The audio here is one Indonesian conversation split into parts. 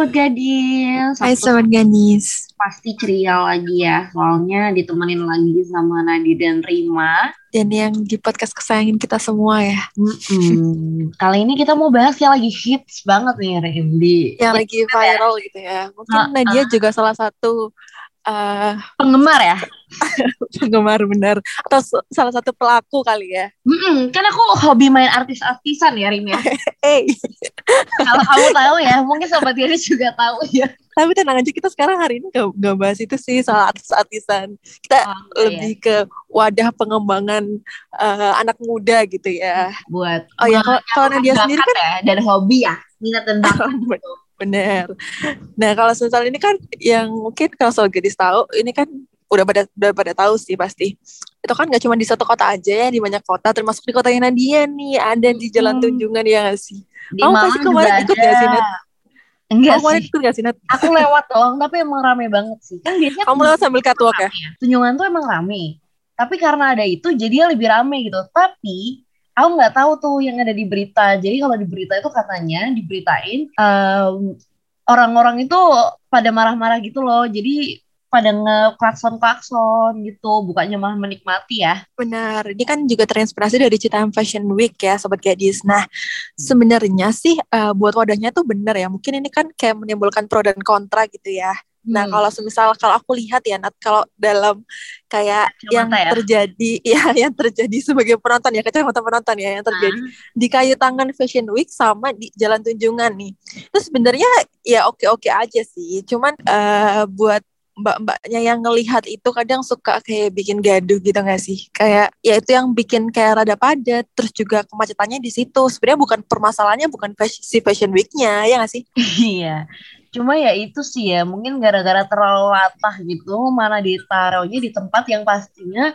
Gadis, Hai Sabtu Sobat Ganis. pasti ceria lagi ya, soalnya ditemenin lagi sama Nadi dan Rima. Dan yang di podcast kesayangan kita semua ya. Kali ini kita mau bahas yang lagi hits banget nih, Rim, Yang ya, lagi viral gitu ya. Mungkin uh, Nadia juga salah satu uh, penggemar ya. penggemar benar. Atau salah satu pelaku kali ya. Kan aku hobi main artis-artisan ya, Rim ya. Eh, Kalau kamu tahu ya, mungkin Sobat Gadis juga tahu ya. tapi tenang aja, kita sekarang hari ini gak bahas itu sih, soal artis-artisan. Kita Enggak ya, lebih ke wadah pengembangan anak muda gitu ya. buat Oh ya, kalau Nadia sendiri bakat kan ya, dan hobi ya, minat dan bakat. bener. Nah, kalau misal ini kan yang mungkin kalau Sobat Gadis tahu, ini kan udah pada tahu sih pasti. Itu kan gak cuma di satu kota aja ya, di banyak kota, termasuk di kotanya Nadia nih, ada di Jalan Tunjungan ya gak sih? Di Kamu pasti Malang juga kemarin ikut ada. gak sih, Nat? Enggak Kamu kemarin sih. ikut gak sih, Nat? Aku lewat doang, tapi emang rame banget sih. Kan biasanya Kamu lewat sambil catwalk ya? Tunjungan tuh emang rame. Tapi karena ada itu, jadinya lebih rame gitu. Tapi aku nggak tahu tuh yang ada di berita. Jadi kalau di berita itu katanya diberitain orang-orang itu pada marah-marah gitu loh. Jadi pada nge-klakson-klakson gitu, bukannya malah menikmati ya. Benar, ini kan juga terinspirasi dari Citaem Fashion Week ya, Sobat Gadis. Nah, sebenarnya sih buat wadahnya tuh benar ya. Mungkin ini kan kayak menimbulkan pro dan kontra gitu ya. Nah, kalau aku lihat ya, Nat, kalau dalam kayak yang Kacamata ya. terjadi, ya yang terjadi sebagai penonton ya, kacamata penonton ya, yang terjadi di Kayu Tangan Fashion Week sama di Jalan Tunjungan nih. Itu sebenarnya ya oke-oke aja sih. Cuman buat mbak-mbaknya yang ngelihat itu kadang suka kayak bikin gaduh gitu nggak sih? Kayak ya itu yang bikin kayak rada padat, terus juga kemacetannya di situ. Sebenarnya bukan permasalahannya, bukan si Fashion Week-nya, ya nggak sih? Iya. Cuma ya itu sih ya, mungkin gara-gara terlalu latah gitu, mana ditaruhnya di tempat yang pastinya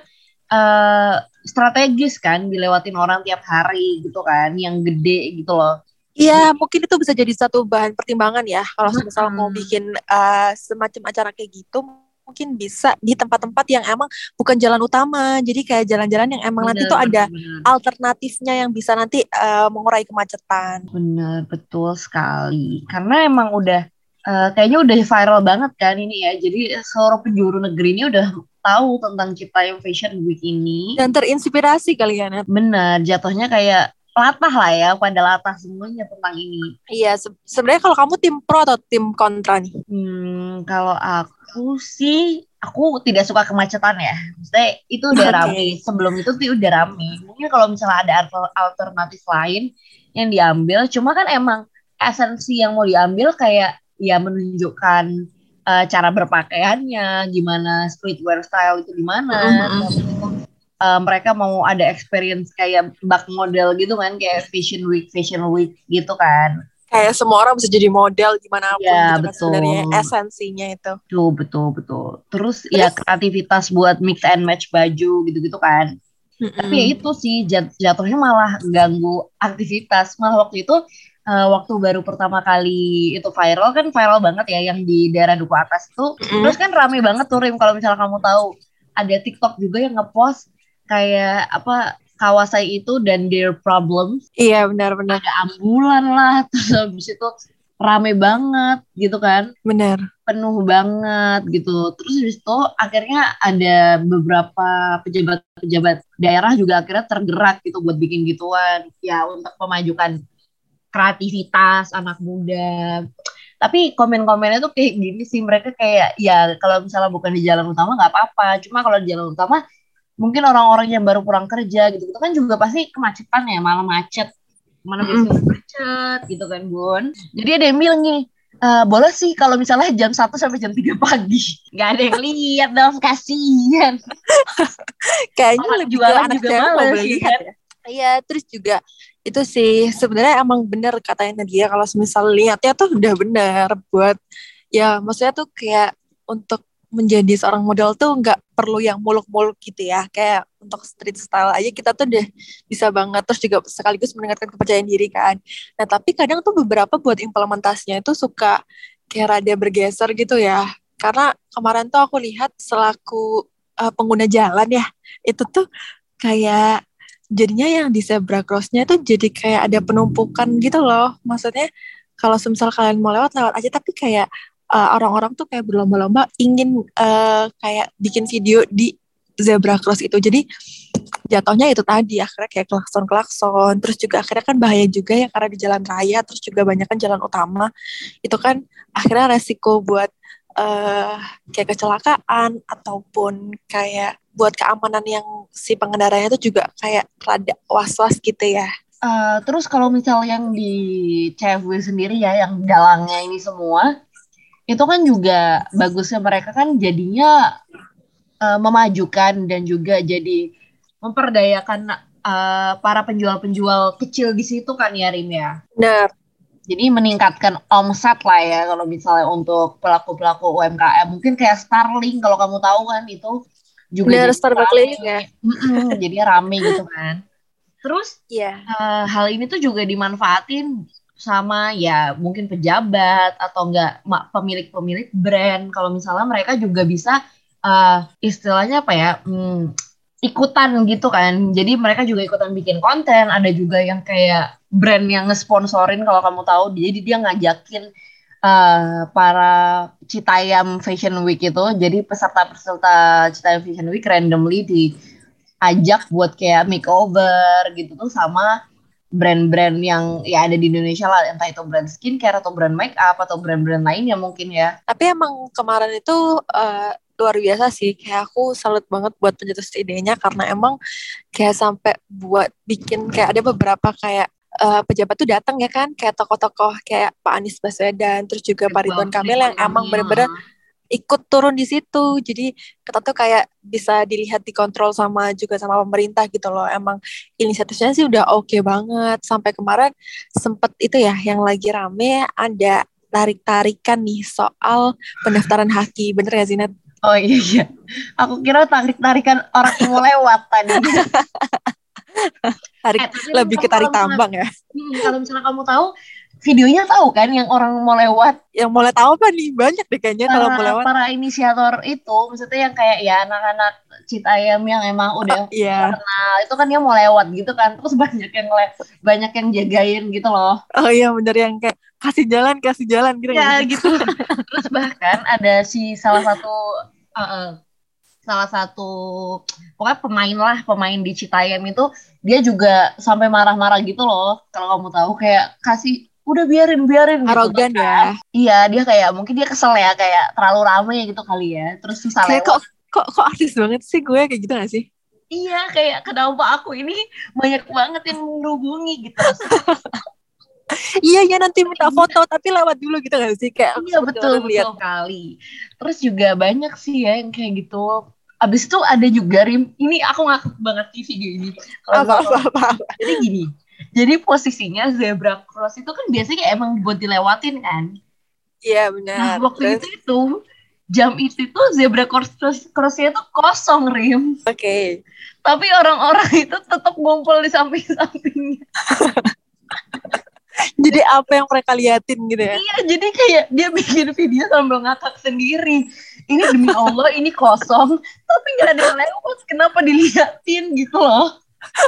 strategis kan, dilewatin orang tiap hari gitu kan, yang gede gitu loh. Iya, mungkin itu bisa jadi satu bahan pertimbangan ya. Kalau misal mau Mm-mm. bikin semacam acara kayak gitu, mungkin bisa di tempat-tempat yang emang bukan jalan utama. Jadi kayak jalan-jalan yang emang nanti tuh ada Bener. alternatifnya yang bisa nanti mengurai kemacetan. Bener, betul sekali. Karena emang udah, kayaknya udah viral banget kan ini ya. Jadi seluruh penjuru negeri ini udah tahu tentang Cipayung Fashion Week ini. Dan terinspirasi kali ya, Nat. Bener, jatuhnya kayak latah lah ya, pada latah semuanya tentang ini. Iya, sebenarnya kalau kamu tim pro atau tim kontra nih? Kalau aku sih, aku tidak suka kemacetan ya. Maksudnya itu udah rame. Sebelum itu tuh udah rame. Mungkin kalau misalnya ada alternatif lain yang diambil, cuma kan emang esensi yang mau diambil kayak ya menunjukkan cara berpakaiannya, gimana streetwear style itu gimana. Terus itu mereka mau ada experience kayak bak model gitu kan, kayak fashion week gitu kan. Kayak semua orang bisa jadi model dimanapun Iya, gitu kan, sebenarnya betul. esensinya itu. Betul. Terus ya kreativitas buat mix and match baju gitu-gitu kan. Tapi ya itu sih jatuhnya malah ganggu aktivitas. Malah waktu itu waktu baru pertama kali itu viral banget ya yang di daerah Duku Atas itu. Terus kan rame banget tuh Rim, kalau misalnya kamu tahu. Ada TikTok juga yang ngepost kayak apa Kawasai itu dan their problems. Iya, benar-benar. Ada ambulan lah, terus habis itu rame banget gitu kan. Benar. Penuh banget gitu. Terus habis itu akhirnya ada beberapa pejabat-pejabat daerah juga akhirnya tergerak gitu buat bikin gituan. Ya untuk memajukan kreativitas anak muda. Tapi komen-komennya tuh kayak gini sih, mereka kayak ya kalau misalnya bukan di jalan utama nggak apa-apa. Cuma kalau di jalan utama mungkin orang-orang yang baru pulang kerja gitu kan juga pasti kemacetan ya, malah macet. Mana biasanya macet gitu kan Bun. Jadi ada yang bilang nih, boleh sih kalau misalnya jam 1 sampai jam 3 pagi. Gak ada yang lihat dong, kasihan. Kayaknya lebih ke anak juga cewek males, nggak boleh lihat ya. Iya, terus juga itu sih sebenarnya emang bener katanya Nadia, kalau misal lihatnya tuh udah bener buat ya, maksudnya tuh kayak untuk menjadi seorang model tuh nggak perlu yang muluk-muluk gitu ya, kayak untuk street style aja kita tuh udah bisa banget, terus juga sekaligus meningkatkan kepercayaan diri kan. Nah tapi kadang tuh beberapa buat implementasinya itu suka kayak rada bergeser gitu ya, karena kemarin tuh aku lihat selaku pengguna jalan ya, itu tuh kayak jadinya yang di zebra crossnya tuh jadi kayak ada penumpukan gitu loh, maksudnya kalau semisal kalian mau lewat aja, tapi kayak orang-orang tuh kayak berlomba-lomba ingin kayak bikin video di zebra cross itu. Jadi jatuhnya itu tadi akhirnya kayak klakson terus juga akhirnya kan bahaya juga ya karena di jalan raya, terus juga banyak kan jalan utama itu kan akhirnya resiko buat kayak kecelakaan ataupun kayak buat keamanan yang si pengendaranya itu juga kayak rada was-was gitu ya. Terus kalau misal yang di CFW sendiri ya, yang dalangnya ini semua, itu kan juga bagusnya mereka kan jadinya memajukan dan juga jadi memperdayakan para penjual-penjual kecil di situ kan ya, Rim ya. Benar. Jadi meningkatkan omset lah ya kalau misalnya untuk pelaku-pelaku UMKM. Mungkin kayak Starling kalau kamu tahu kan itu juga Benar, jadi Starbucks rame. keliling ya. Jadi rame gitu kan. Terus Iya. hal ini tuh juga dimanfaatin sama ya mungkin pejabat atau enggak pemilik-pemilik brand. Kalau misalnya mereka juga bisa istilahnya apa ya, ikutan gitu kan. Jadi mereka juga ikutan bikin konten. Ada juga yang kayak brand yang ngesponsorin kalau kamu tahu. Jadi dia ngajakin para Citayam Fashion Week itu. Jadi peserta-peserta Citayam Fashion Week randomly diajak buat kayak makeover gitu tuh sama brand-brand yang ya ada di Indonesia lah, entah itu brand skincare atau brand make up atau brand-brand lainnya mungkin ya. Tapi emang kemarin itu luar biasa sih, kayak aku salut banget buat pencetus idenya karena emang kayak sampai buat bikin kayak ada beberapa kayak pejabat tuh datang ya kan, kayak tokoh-tokoh kayak Pak Anies Baswedan, terus juga Pak Ridwan Kamil yang emang bener-bener ikut turun di situ. Jadi kita tuh kayak bisa dilihat dikontrol sama juga sama pemerintah gitu loh. Emang inisiatifnya sih udah oke banget. Sampai kemarin sempet itu ya yang lagi rame ada tarik-tarikan nih soal pendaftaran haki. Bener ya Zinat? Oh iya iya. Aku kira tarik-tarikan orang yang mau lewat tadi. Lebih ke tarik tambang ya. Kalau misalnya kamu tahu videonya, tahu kan yang orang mau lewat, yang mulai tahu apa nih, banyak deh kayaknya kalau mau lewat. Para inisiator itu maksudnya yang kayak ya anak-anak Citayam yang emang udah terkenal itu kan dia mau lewat gitu kan, terus banyak yang jagain gitu loh. Oh iya bener, yang kayak kasih jalan gitu ya gitu. Terus bahkan ada salah satu pokoknya pemain di Citayam itu, dia juga sampai marah-marah gitu loh kalau kamu tahu, kayak kasih udah biarin gitu. Arogan kan. Ya. Iya, dia kayak mungkin dia kesel ya, kayak terlalu ramai gitu kali ya. Terus susah kayak lewat. Kok artis banget sih gue kayak gitu gak sih? Iya, kayak kenapa aku ini banyak banget yang menghubungi gitu. Iya nanti minta foto tapi lewat dulu gitu gak sih? Kayak iya betul kali. Terus juga banyak sih ya yang kayak gitu. Abis itu ada juga ini aku ngakak banget di video ini. Apa. Jadi gini. Jadi posisinya zebra cross itu kan biasanya emang buat dilewatin kan? Iya benar. Nah waktu itu jam itu tuh zebra crossnya itu kosong, Rim. Oke. Tapi orang-orang itu tetap ngumpul di samping-sampingnya. Jadi apa yang mereka liatin gitu ya? Iya, jadi kayak dia bikin video sambil ngakak sendiri. Ini demi Allah ini kosong, tapi nggak ada yang lewat. Kenapa diliatin gitu loh?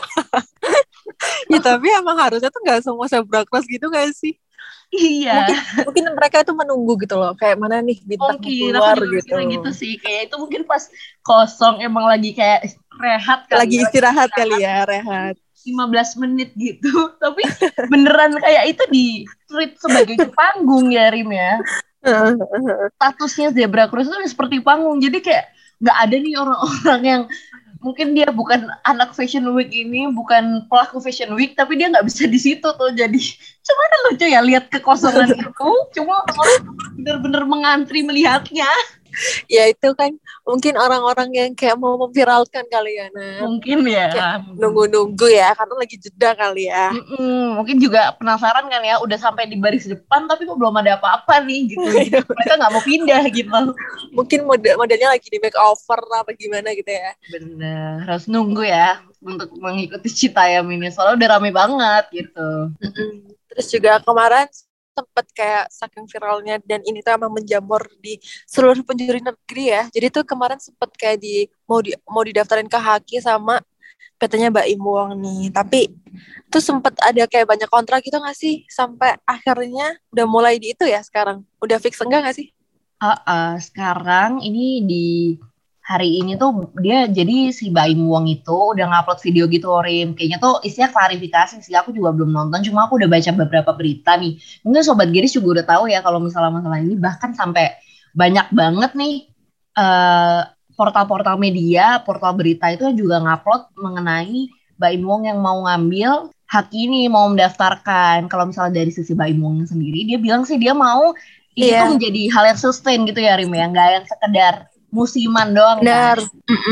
Ya tapi emang harusnya tuh nggak semua zebra cross gitu gak sih? Iya. Mungkin mereka tuh menunggu gitu loh, kayak mana nih bintang keluar gitu sih. Kayak itu mungkin pas kosong emang lagi kayak rehat kali. Lagi istirahat kali ya, rehat. 15 menit gitu. Tapi beneran kayak itu di treat sebagai panggung ya, Rim ya. Statusnya zebra cross itu seperti panggung. Jadi kayak nggak ada nih orang-orang yang mungkin dia bukan anak fashion week ini, bukan pelaku fashion week, tapi dia nggak bisa di situ tuh. Jadi cuman lucu ya lihat kekosongan itu. Cuma orang bener-bener mengantri melihatnya. Ya itu kan mungkin orang-orang yang kayak mau memviralkan kali ya, Nat. Mungkin ya. Nunggu-nunggu ya, karena lagi jeda kali ya. Mungkin juga penasaran kan ya, udah sampai di baris depan tapi kok belum ada apa-apa nih gitu. Mereka nggak mau pindah gitu. Mungkin modelnya lagi di makeover apa gimana gitu ya. Bener, harus nunggu ya untuk mengikuti Citayam ini. Soalnya udah rame banget gitu. Terus juga kemarin sempat kayak saking viralnya, dan ini tuh emang menjamur di seluruh penjuru negeri ya. Jadi tuh kemarin sempat kayak mau didaftarin ke Haki sama PT-nya Mbak Im Wong nih. Tapi tuh sempet ada kayak banyak kontrak gitu gak sih? Sampai akhirnya udah mulai di itu ya sekarang. Udah fix enggak gak sih? Sekarang ini di hari ini tuh dia jadi si Baim Wong itu udah ngupload video gitu Rim. Kayaknya tuh isinya klarifikasi sih. Aku juga belum nonton, cuma aku udah baca beberapa berita nih. Mungkin Sobat Giris juga udah tahu ya kalau misalnya masalah ini bahkan sampai banyak banget nih eh, portal-portal media, portal berita itu juga ngupload mengenai Baim Wong yang mau ngambil hak ini, mau mendaftarkan. Kalau misalnya dari sisi Baim Wong sendiri, dia bilang sih dia mau ini tuh Iya, menjadi hal yang sustain gitu ya Rim ya, nggak yang sekedar musiman doang kan. benar.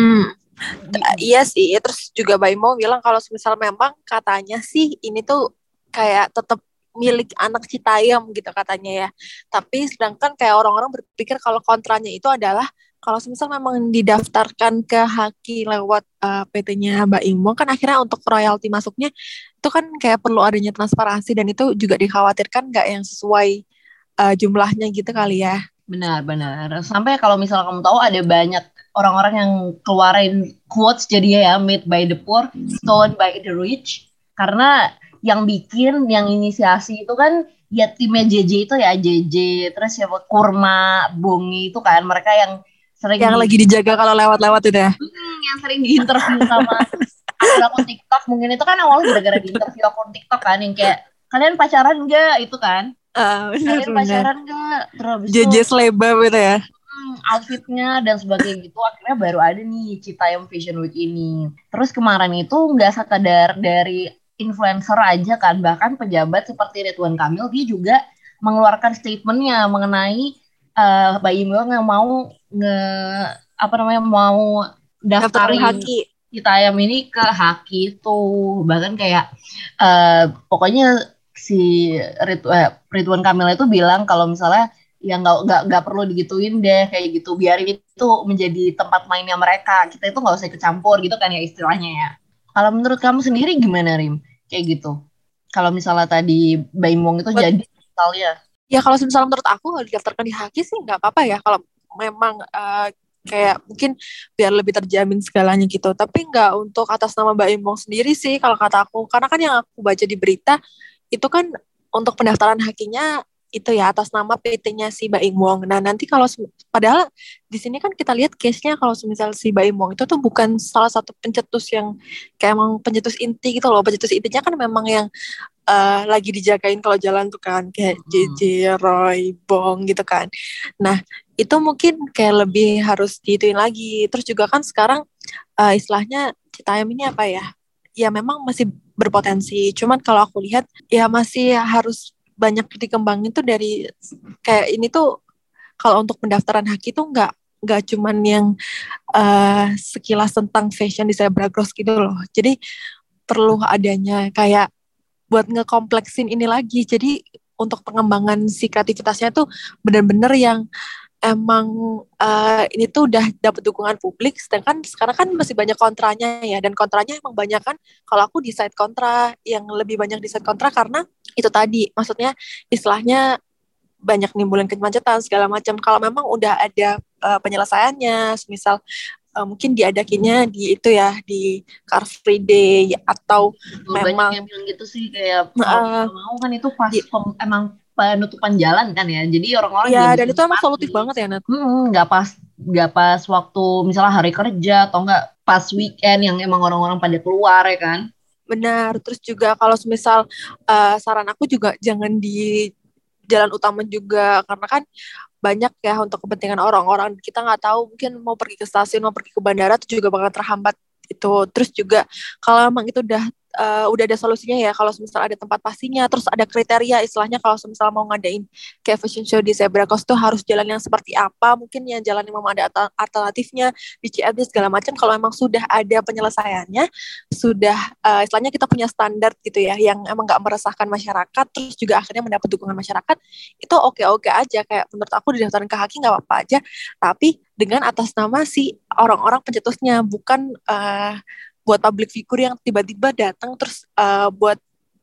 Iya sih, terus juga Mbak Im Wong bilang kalau misal memang katanya sih ini tuh kayak tetap milik anak Citayam gitu katanya ya. Tapi sedangkan kayak orang-orang berpikir kalau kontranya itu adalah kalau misal memang didaftarkan ke Haki lewat PT-nya Mbak Im Wong kan akhirnya untuk royalti masuknya itu kan kayak perlu adanya transparansi dan itu juga dikhawatirkan nggak yang sesuai jumlahnya gitu kali ya. Benar-benar. Sampai kalau misalnya kamu tahu ada banyak orang-orang yang keluarin quotes jadinya ya made by the poor, stolen by the rich. Karena yang bikin, yang inisiasi itu kan ya timnya JJ itu ya JJ, terus siapa Kurma, Bongi itu kan mereka yang sering Yang lagi dijaga kalau lewat-lewat itu ya. yang sering diinterview sama akun-akun TikTok. Mungkin itu kan awalnya gara-gara diinterview akun TikTok kan yang kayak kalian pacaran enggak itu kan? Kalian Benar-benar. pacaran enggak? Terus habis itu JJ Selebab itu ya. outfitnya dan sebagainya gitu akhirnya baru ada nih Citayam Fashion Week ini. Terus kemarin itu nggak sekedar dari influencer aja kan, bahkan pejabat seperti Ridwan Kamil dia juga mengeluarkan statementnya mengenai Mbak Imil yang mau nge apa namanya mau Daftarin daftarin Haki. Citayam ini ke Haki itu bahkan kayak pokoknya si Ridwan Kamil itu bilang kalau misalnya ya nggak perlu digituin deh kayak gitu biarin itu menjadi tempat mainnya mereka kita itu nggak usah ikut campur gitu kan ya istilahnya ya kalau menurut kamu sendiri gimana Rim kayak gitu kalau misalnya tadi Baim Wong itu Buat jadi misalnya ya kalau misalnya menurut aku kalau didaftarkan di Haki sih nggak apa-apa ya kalau memang kayak mungkin biar lebih terjamin segalanya gitu. Tapi nggak untuk atas nama Mbak Imbong sendiri sih kalau kata aku. Karena kan yang aku baca di berita itu kan untuk pendaftaran hakinya itu ya atas nama PT-nya si Mbak Im Wong. Nah nanti kalau padahal di sini kan kita lihat case-nya kalau misal si Mbak Im Wong itu tuh bukan salah satu pencetus yang kayak emang pencetus inti gitu loh. Pencetus intinya kan memang yang lagi dijagain kalau jalan tuh kan kayak JJ, Roy, Bong gitu kan. Nah itu mungkin kayak lebih harus diituin lagi. Terus juga kan sekarang istilahnya Citayam ini apa ya? Ya memang masih berpotensi. Cuman kalau aku lihat ya masih harus banyak dikembangin tuh dari kayak ini tuh kalau untuk pendaftaran haki tuh nggak cuman yang sekilas tentang fashion di Zebra Cross gitu loh. Jadi perlu adanya kayak buat ngekompleksin ini lagi. Jadi untuk pengembangan si kreativitasnya tuh benar-benar yang emang ini tuh udah dapat dukungan publik, sedangkan sekarang kan masih banyak kontranya ya, dan kontranya emang banyak kan, kalau aku di side kontra, yang lebih banyak di side kontra karena itu tadi, maksudnya istilahnya banyak nimbulin kemacetan segala macam. Kalau memang udah ada penyelesaiannya, misal mungkin diadakinnya di itu ya di Car Free Day atau banyak yang memang bilang gitu sih kayak mau uh, nggak mau kan itu pas di, emang penutupan jalan kan ya jadi orang-orang juga ya bisa dan itu emang menikmati solutif banget ya Nat. nggak pas waktu misalnya hari kerja atau nggak pas weekend yang emang orang-orang pada keluar ya kan. Benar, terus juga kalau misal saran aku juga jangan di jalan utama juga karena kan banyak ya untuk kepentingan orang-orang kita nggak tahu mungkin mau pergi ke stasiun mau pergi ke bandara itu juga bakal terhambat itu terus juga kalau memang itu udah ada solusinya ya kalau misal ada tempat pastinya terus ada kriteria istilahnya kalau misal mau ngadain kayak fashion show di Zebra Cross tuh harus jalan yang seperti apa mungkin yang jalan yang memang ada alternatifnya di CFD segala macam kalau emang sudah ada penyelesaiannya sudah istilahnya kita punya standar gitu ya yang emang nggak meresahkan masyarakat terus juga akhirnya mendapat dukungan masyarakat itu oke-oke aja kayak menurut aku didaftarin ke Haki nggak apa-apa aja tapi dengan atas nama si orang-orang pencetusnya bukan buat public figure yang tiba-tiba datang terus buat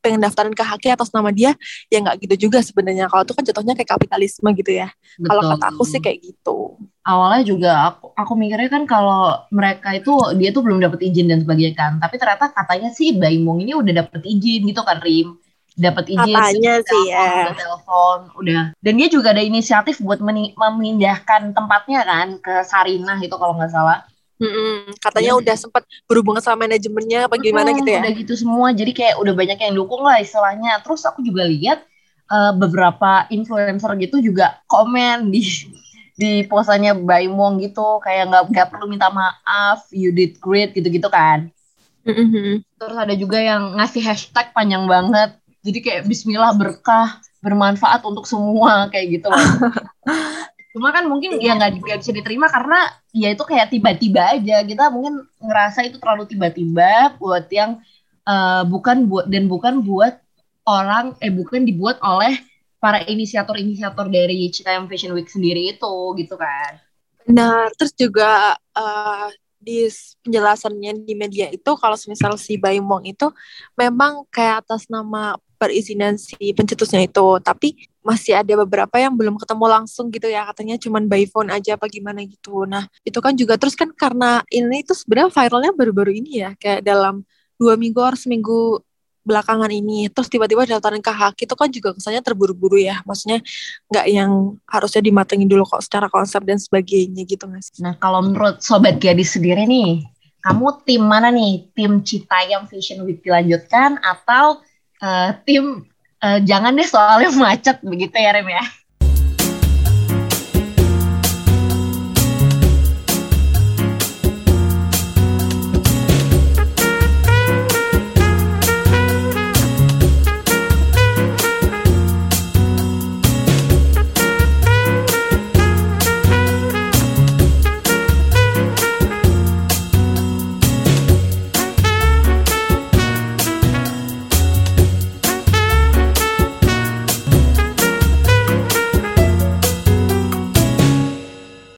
pengen daftarin ke Haki atas nama dia, ya nggak gitu juga sebenarnya. Kalau itu kan jatuhnya kayak kapitalisme gitu ya. Kalau kata aku sih kayak gitu. Awalnya juga aku mikirnya kan kalau mereka itu dia tuh belum dapat izin dan sebagainya kan, tapi ternyata katanya sih Baimong ini udah dapat izin gitu kan, Rim, dapat izin, Katanya sih udah ya. telepon, udah, dan dia juga ada inisiatif buat memindahkan tempatnya kan ke Sarinah itu kalau nggak salah. Katanya udah sempat berhubungan sama manajemennya apa gimana gitu ya. Udah gitu semua, jadi kayak udah banyak yang dukung lah istilahnya. Terus aku juga lihat beberapa influencer gitu juga komen di posannya Baimong gitu, kayak nggak perlu minta maaf, you did great gitu-gitu kan. Terus ada juga yang ngasih hashtag panjang banget, jadi kayak Bismillah berkah bermanfaat untuk semua kayak gitu loh. Cuma kan mungkin ya nggak bisa diterima karena ya itu kayak tiba-tiba aja, kita mungkin ngerasa itu terlalu tiba-tiba buat yang bukan buat orang bukan dibuat oleh para inisiator-inisiator dari Citayam Fashion Week sendiri itu gitu kan. Nah, terus juga di penjelasannya di media itu kalau misal si Baimong itu memang kayak atas nama perizinan si pencetusnya itu, tapi masih ada beberapa yang belum ketemu langsung gitu ya, katanya cuman by phone aja apa gimana gitu. Nah, itu kan juga terus kan karena ini tuh sebenarnya viralnya baru-baru ini ya, kayak dalam 2 minggu atau seminggu belakangan ini, terus tiba-tiba daftarin ke Haki itu kan juga kesannya terburu-buru ya, maksudnya nggak yang harusnya dimatengin dulu kok secara konsep dan sebagainya gitu nggak sih? Nah, kalau menurut Sobat Gadis sendiri nih, kamu tim mana nih? Tim Citayam Fashion Week dilanjutkan atau tim jangan deh soalnya macet begitu ya, Rem ya?